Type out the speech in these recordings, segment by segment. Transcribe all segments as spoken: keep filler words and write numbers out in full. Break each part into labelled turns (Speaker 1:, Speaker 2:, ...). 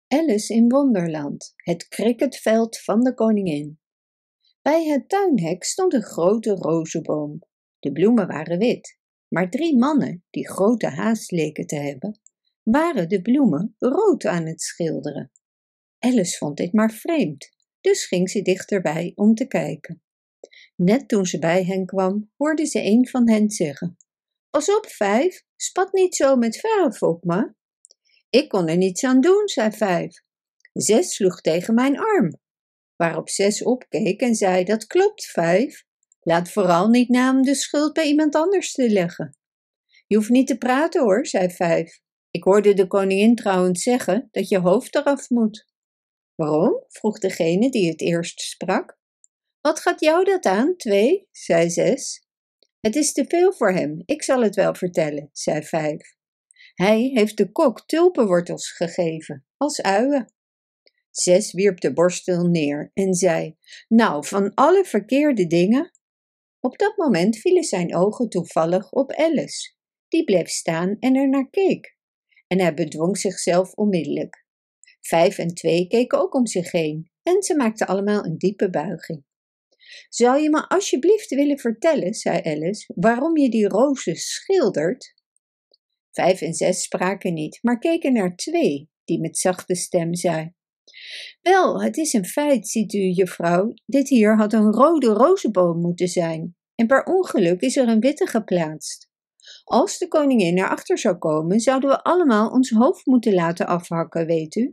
Speaker 1: Alice in Wonderland, het cricketveld van de koningin. Bij het tuinhek stond een grote rozenboom. De bloemen waren wit, maar drie mannen, die grote haast leken te hebben, waren de bloemen rood aan het schilderen. Alice vond dit maar vreemd, dus ging ze dichterbij om te kijken. Net toen ze bij hen kwam, hoorde ze een van hen zeggen: "Pas op, Vijf, spat niet zo met verf op me." "Ik kon er niets aan doen," zei Vijf. "Zes sloeg tegen mijn arm." Waarop Zes opkeek en zei: "Dat klopt, Vijf. Laat vooral niet na om de schuld bij iemand anders te leggen." "Je hoeft niet te praten hoor," zei Vijf. "Ik hoorde de koningin trouwens zeggen dat je hoofd eraf moet." "Waarom?" vroeg degene die het eerst sprak. "Wat gaat jou dat aan, Twee?" zei Zes. "Het is te veel voor hem, ik zal het wel vertellen," zei Vijf. "Hij heeft de kok tulpenwortels gegeven, als uien." Zes wierp de borstel neer en zei: "Nou, van alle verkeerde dingen." Op dat moment vielen zijn ogen toevallig op Alice. Die bleef staan en er naar keek. En hij bedwong zichzelf onmiddellijk. Vijf en Twee keken ook om zich heen en ze maakten allemaal een diepe buiging. "Zou je me alsjeblieft willen vertellen," zei Alice, "waarom je die rozen schildert?" Vijf en Zes spraken niet, maar keken naar Twee, die met zachte stem zei: "Wel, het is een feit, ziet u, juffrouw, dit hier had een rode rozenboom moeten zijn, en per ongeluk is er een witte geplaatst. Als de koningin erachter zou komen, zouden we allemaal ons hoofd moeten laten afhakken, weet u.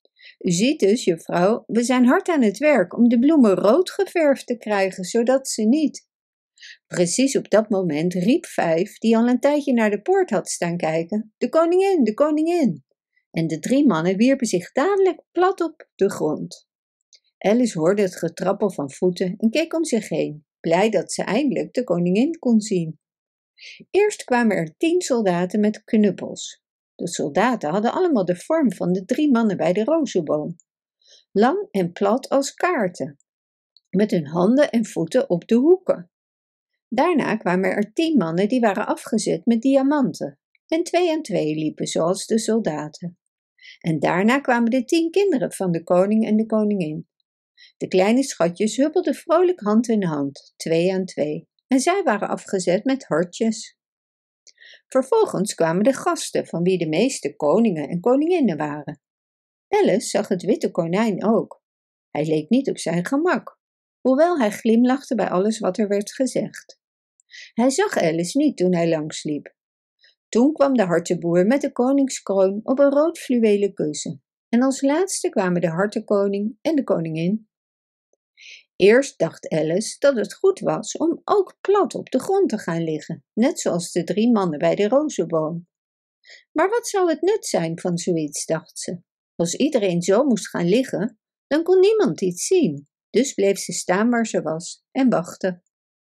Speaker 1: U ziet dus, juffrouw, we zijn hard aan het werk om de bloemen rood geverfd te krijgen, zodat ze niet..." Precies op dat moment riep Vijf, die al een tijdje naar de poort had staan kijken: "De koningin, de koningin!" En de drie mannen wierpen zich dadelijk plat op de grond. Alice hoorde het getrappel van voeten en keek om zich heen, blij dat ze eindelijk de koningin kon zien. Eerst kwamen er tien soldaten met knuppels. De soldaten hadden allemaal de vorm van de drie mannen bij de rozenboom, lang en plat als kaarten, met hun handen en voeten op de hoeken. Daarna kwamen er tien mannen die waren afgezet met diamanten, en twee aan twee liepen zoals de soldaten. En daarna kwamen de tien kinderen van de koning en de koningin. De kleine schatjes huppelden vrolijk hand in hand, twee aan twee, en zij waren afgezet met hartjes. Vervolgens kwamen de gasten, van wie de meeste koningen en koninginnen waren. Alice zag het witte konijn ook. Hij leek niet op zijn gemak, hoewel hij glimlachte bij alles wat er werd gezegd. Hij zag Alice niet toen hij langsliep. Toen kwam de hartenboer met de koningskroon op een rood fluwelen kussen. En als laatste kwamen de hartenkoning en de koningin. Eerst dacht Alice dat het goed was om ook plat op de grond te gaan liggen, net zoals de drie mannen bij de rozenboom. Maar wat zou het nut zijn van zoiets, dacht ze. Als iedereen zo moest gaan liggen, dan kon niemand iets zien. Dus bleef ze staan waar ze was en wachtte.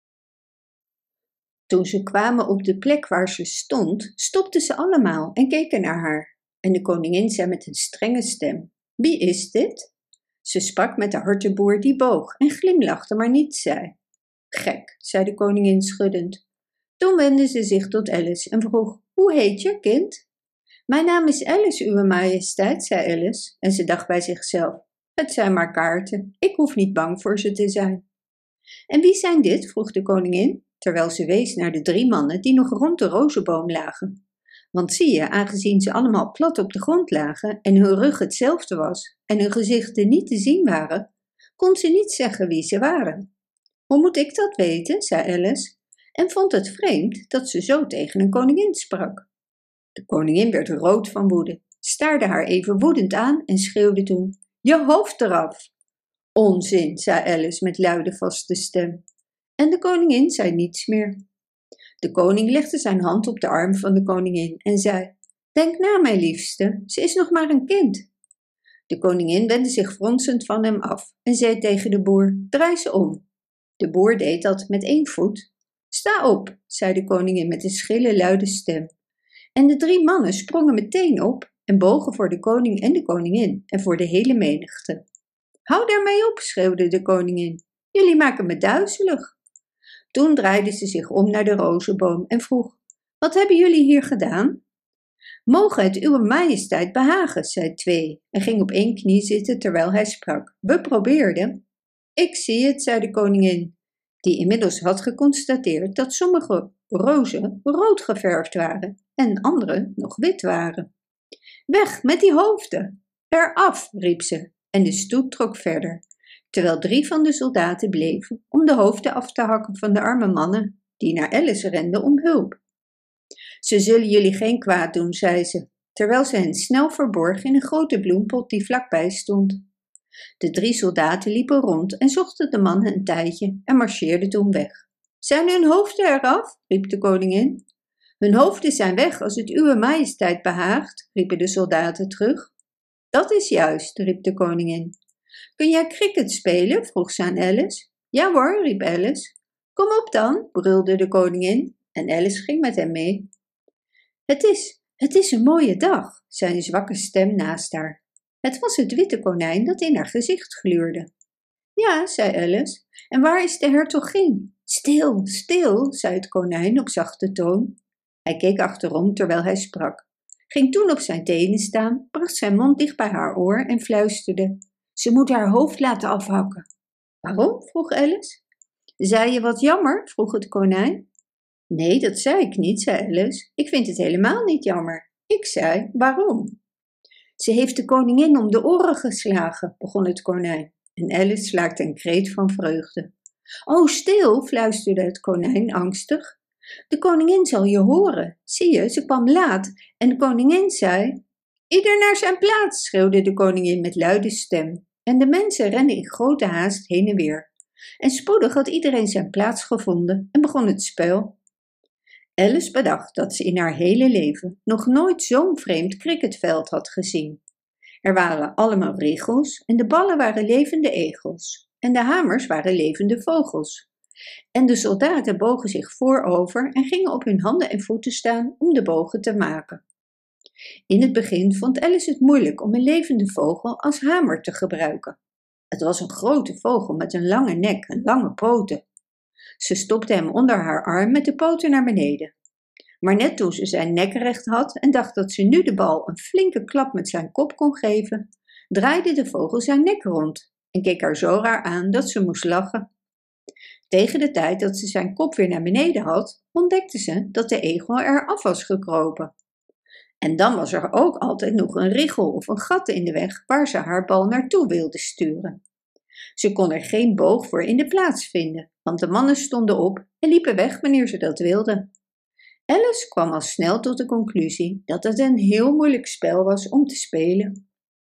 Speaker 1: Toen ze kwamen op de plek waar ze stond, stopten ze allemaal en keken naar haar. En de koningin zei met een strenge stem: "Wie is dit?" Ze sprak met de hartenboer, die boog en glimlachte, maar niets zei. "Gek," zei de koningin schuddend. Toen wendde ze zich tot Alice en vroeg: "Hoe heet je, kind?" "Mijn naam is Alice, uwe majesteit," zei Alice, en ze dacht bij zichzelf: "Het zijn maar kaarten, ik hoef niet bang voor ze te zijn." "En wie zijn dit?" vroeg de koningin, terwijl ze wees naar de drie mannen die nog rond de rozenboom lagen. Want zie je, aangezien ze allemaal plat op de grond lagen en hun rug hetzelfde was en hun gezichten niet te zien waren, kon ze niet zeggen wie ze waren. "Hoe moet ik dat weten?" zei Alice, en vond het vreemd dat ze zo tegen een koningin sprak. De koningin werd rood van woede, staarde haar even woedend aan en schreeuwde toen: "Je hoofd eraf!" "Onzin," zei Alice met luide vaste stem. En de koningin zei niets meer. De koning legde zijn hand op de arm van de koningin en zei: "Denk na, mijn liefste, ze is nog maar een kind." De koningin wendde zich fronsend van hem af en zei tegen de boer: "Draai ze om." De boer deed dat met één voet. "Sta op," zei de koningin met een schrille, luide stem. En de drie mannen sprongen meteen op en bogen voor de koning en de koningin en voor de hele menigte. "Hou daarmee op," schreeuwde de koningin. "Jullie maken me duizelig." Toen draaide ze zich om naar de rozenboom en vroeg: "Wat hebben jullie hier gedaan?" Mogen het uwe majesteit behagen, zei twee en ging op één knie zitten terwijl hij sprak. We probeerden. Ik zie het, zei de koningin, die inmiddels had geconstateerd dat sommige rozen rood geverfd waren en andere nog wit waren. Weg met die hoofden! Eraf, riep ze en de stoet trok verder, terwijl drie van de soldaten bleven om de hoofden af te hakken van de arme mannen die naar Alice renden om hulp. Ze zullen jullie geen kwaad doen, zei ze, terwijl ze hen snel verborg in een grote bloempot die vlakbij stond. De drie soldaten liepen rond en zochten de mannen een tijdje en marcheerden toen weg. Zijn hun hoofden eraf? Riep de koningin. Hun hoofden zijn weg als het uwe majesteit behaagt, riepen de soldaten terug. Dat is juist, riep de koningin. Kun jij cricket spelen? Vroeg ze aan Alice. Ja hoor, riep Alice. Kom op dan, brulde de koningin en Alice ging met hem mee. Het is, het is een mooie dag, zei een zwakke stem naast haar. Het was het witte konijn dat in haar gezicht gluurde. Ja, zei Alice, en waar is de hertogin? Stil, stil, zei het konijn op zachte toon. Hij keek achterom terwijl hij sprak, ging toen op zijn tenen staan, bracht zijn mond dicht bij haar oor en fluisterde. Ze moet haar hoofd laten afhakken. Waarom? Vroeg Alice. Zei je wat jammer? Vroeg het konijn. Nee, dat zei ik niet, zei Alice. Ik vind het helemaal niet jammer. Ik zei, waarom? Ze heeft de koningin om de oren geslagen, begon het konijn. En Alice slaakte een kreet van vreugde. Oh, stil, fluisterde het konijn angstig. De koningin zal je horen. Zie je, ze kwam laat en de koningin zei... Ieder naar zijn plaats, schreeuwde de koningin met luide stem. En de mensen renden in grote haast heen en weer. En spoedig had iedereen zijn plaats gevonden en begon het spel. Alice bedacht dat ze in haar hele leven nog nooit zo'n vreemd cricketveld had gezien. Er waren allemaal regels en de ballen waren levende egels en de hamers waren levende vogels. En de soldaten bogen zich voorover en gingen op hun handen en voeten staan om de bogen te maken. In het begin vond Alice het moeilijk om een levende vogel als hamer te gebruiken. Het was een grote vogel met een lange nek en lange poten. Ze stopte hem onder haar arm met de poten naar beneden. Maar net toen ze zijn nek recht had en dacht dat ze nu de bal een flinke klap met zijn kop kon geven, draaide de vogel zijn nek rond en keek haar zo raar aan dat ze moest lachen. Tegen de tijd dat ze zijn kop weer naar beneden had, ontdekte ze dat de egel eraf was gekropen. En dan was er ook altijd nog een richel of een gat in de weg waar ze haar bal naartoe wilde sturen. Ze kon er geen boog voor in de plaats vinden, want de mannen stonden op en liepen weg wanneer ze dat wilden. Alice kwam al snel tot de conclusie dat het een heel moeilijk spel was om te spelen.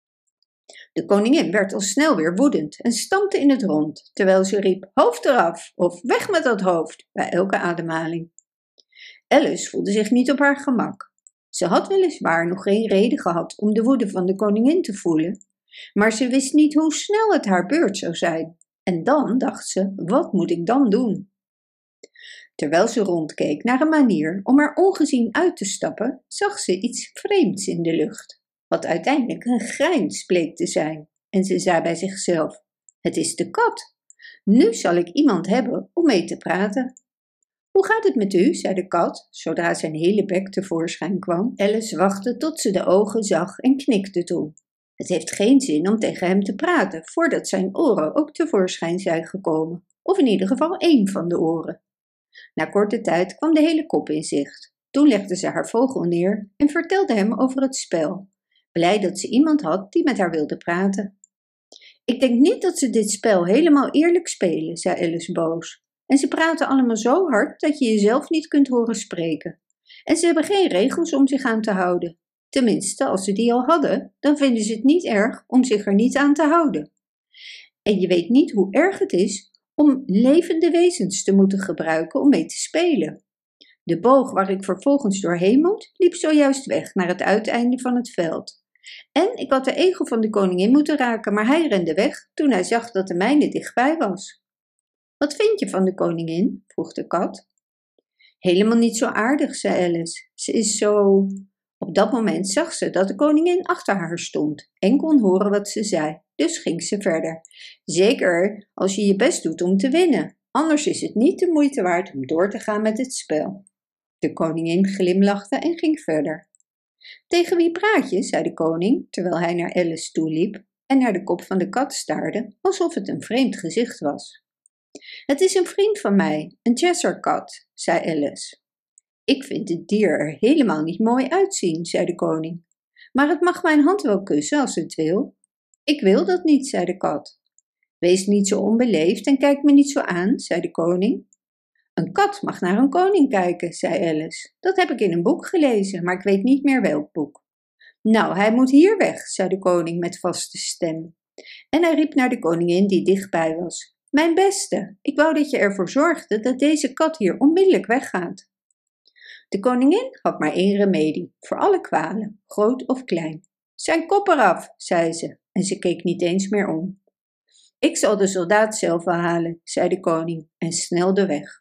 Speaker 1: De koningin werd al snel weer woedend en stampte in het rond, terwijl ze riep, hoofd eraf of weg met dat hoofd, bij elke ademhaling. Alice voelde zich niet op haar gemak. Ze had weliswaar nog geen reden gehad om de woede van de koningin te voelen, maar ze wist niet hoe snel het haar beurt zou zijn. En dan dacht ze, wat moet ik dan doen? Terwijl ze rondkeek naar een manier om er ongezien uit te stappen, zag ze iets vreemds in de lucht, wat uiteindelijk een grijns bleek te zijn. En ze zei bij zichzelf, het is de kat. Nu zal ik iemand hebben om mee te praten. Hoe gaat het met u? Zei de kat, zodra zijn hele bek tevoorschijn kwam. Alice wachtte tot ze de ogen zag en knikte toe. Het heeft geen zin om tegen hem te praten, voordat zijn oren ook tevoorschijn zijn gekomen, of in ieder geval één van de oren. Na korte tijd kwam de hele kop in zicht. Toen legde ze haar vogel neer en vertelde hem over het spel, blij dat ze iemand had die met haar wilde praten. Ik denk niet dat ze dit spel helemaal eerlijk spelen, zei Alice boos. En ze praten allemaal zo hard dat je jezelf niet kunt horen spreken. En ze hebben geen regels om zich aan te houden. Tenminste, als ze die al hadden, dan vinden ze het niet erg om zich er niet aan te houden. En je weet niet hoe erg het is om levende wezens te moeten gebruiken om mee te spelen. De boog waar ik vervolgens doorheen moet, liep zojuist weg naar het uiteinde van het veld. En ik had de egel van de koningin moeten raken, maar hij rende weg toen hij zag dat de mijne dichtbij was. Wat vind je van de koningin? Vroeg de kat. Helemaal niet zo aardig, zei Alice. Ze is zo... Op dat moment zag ze dat de koningin achter haar stond en kon horen wat ze zei, dus ging ze verder. Zeker als je je best doet om te winnen, anders is het niet de moeite waard om door te gaan met het spel. De koningin glimlachte en ging verder. Tegen wie praat je, zei de koning, terwijl hij naar Alice toeliep en naar de kop van de kat staarde, alsof het een vreemd gezicht was. Het is een vriend van mij, een Cheshire-kat, zei Alice. Ik vind het dier er helemaal niet mooi uitzien, zei de koning, maar het mag mijn hand wel kussen als het wil. Ik wil dat niet, zei de kat. Wees niet zo onbeleefd en kijk me niet zo aan, zei de koning. Een kat mag naar een koning kijken, zei Alice. Dat heb ik in een boek gelezen, maar ik weet niet meer welk boek. Nou, hij moet hier weg, zei de koning met vaste stem. En hij riep naar de koningin die dichtbij was. Mijn beste, ik wou dat je ervoor zorgde dat deze kat hier onmiddellijk weggaat. De koningin had maar één remedie, voor alle kwalen, groot of klein. Zijn kop eraf, zei ze, en ze keek niet eens meer om. Ik zal de soldaat zelf wel halen, zei de koning en snelde weg.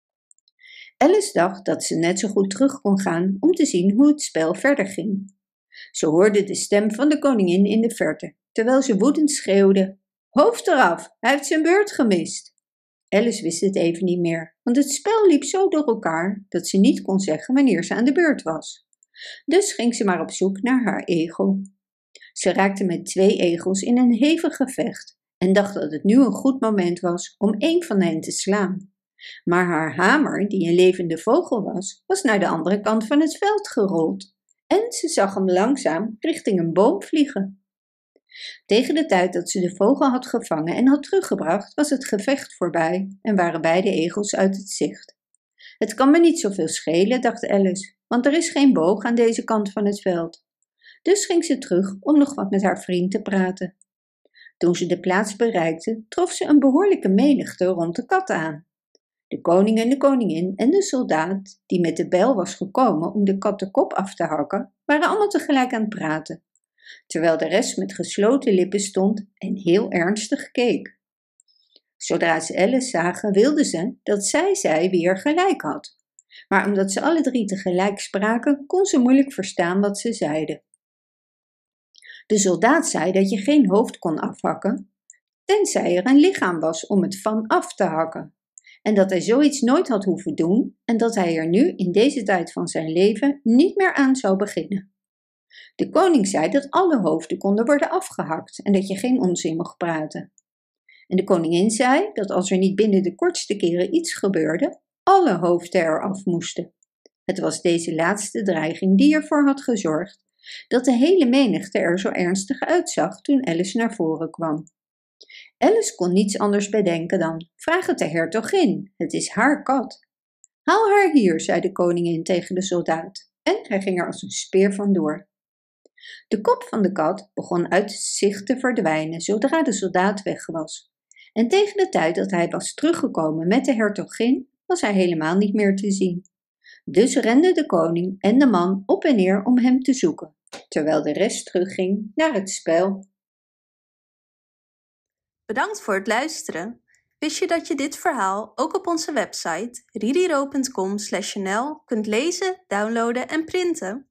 Speaker 1: Alice dacht dat ze net zo goed terug kon gaan om te zien hoe het spel verder ging. Ze hoorde de stem van de koningin in de verte, terwijl ze woedend schreeuwde, hoofd eraf, hij heeft zijn beurt gemist. Alice wist het even niet meer, want het spel liep zo door elkaar dat ze niet kon zeggen wanneer ze aan de beurt was. Dus ging ze maar op zoek naar haar egel. Ze raakte met twee egels in een hevig gevecht en dacht dat het nu een goed moment was om één van hen te slaan. Maar haar hamer, die een levende vogel was, was naar de andere kant van het veld gerold en ze zag hem langzaam richting een boom vliegen. Tegen de tijd dat ze de vogel had gevangen en had teruggebracht, was het gevecht voorbij en waren beide egels uit het zicht. Het kan me niet zoveel schelen, dacht Alice, want er is geen boog aan deze kant van het veld. Dus ging ze terug om nog wat met haar vriend te praten. Toen ze de plaats bereikte, trof ze een behoorlijke menigte rond de kat aan. De koning en de koningin en de soldaat, die met de bijl was gekomen om de kat de kop af te hakken, waren allemaal tegelijk aan het praten, terwijl de rest met gesloten lippen stond en heel ernstig keek. Zodra ze Alice zagen, wilden ze dat zij zei wie er gelijk had. Maar omdat ze alle drie tegelijk spraken, kon ze moeilijk verstaan wat ze zeiden. De soldaat zei dat je geen hoofd kon afhakken, tenzij er een lichaam was om het van af te hakken. En dat hij zoiets nooit had hoeven doen en dat hij er nu in deze tijd van zijn leven niet meer aan zou beginnen. De koning zei dat alle hoofden konden worden afgehakt en dat je geen onzin mocht praten. En de koningin zei dat als er niet binnen de kortste keren iets gebeurde, alle hoofden eraf moesten. Het was deze laatste dreiging die ervoor had gezorgd dat de hele menigte er zo ernstig uitzag toen Alice naar voren kwam. Alice kon niets anders bedenken dan, vraag het de hertogin, het is haar kat. Haal haar hier, zei de koningin tegen de soldaat, en hij ging er als een speer vandoor. De kop van de kat begon uit het zicht te verdwijnen zodra de soldaat weg was. En tegen de tijd dat hij was teruggekomen met de hertogin, was hij helemaal niet meer te zien. Dus renden de koning en de man op en neer om hem te zoeken, terwijl de rest terugging naar het spel.
Speaker 2: Bedankt voor het luisteren. Wist je dat je dit verhaal ook op onze website ririro punt com slash n l kunt lezen, downloaden en printen?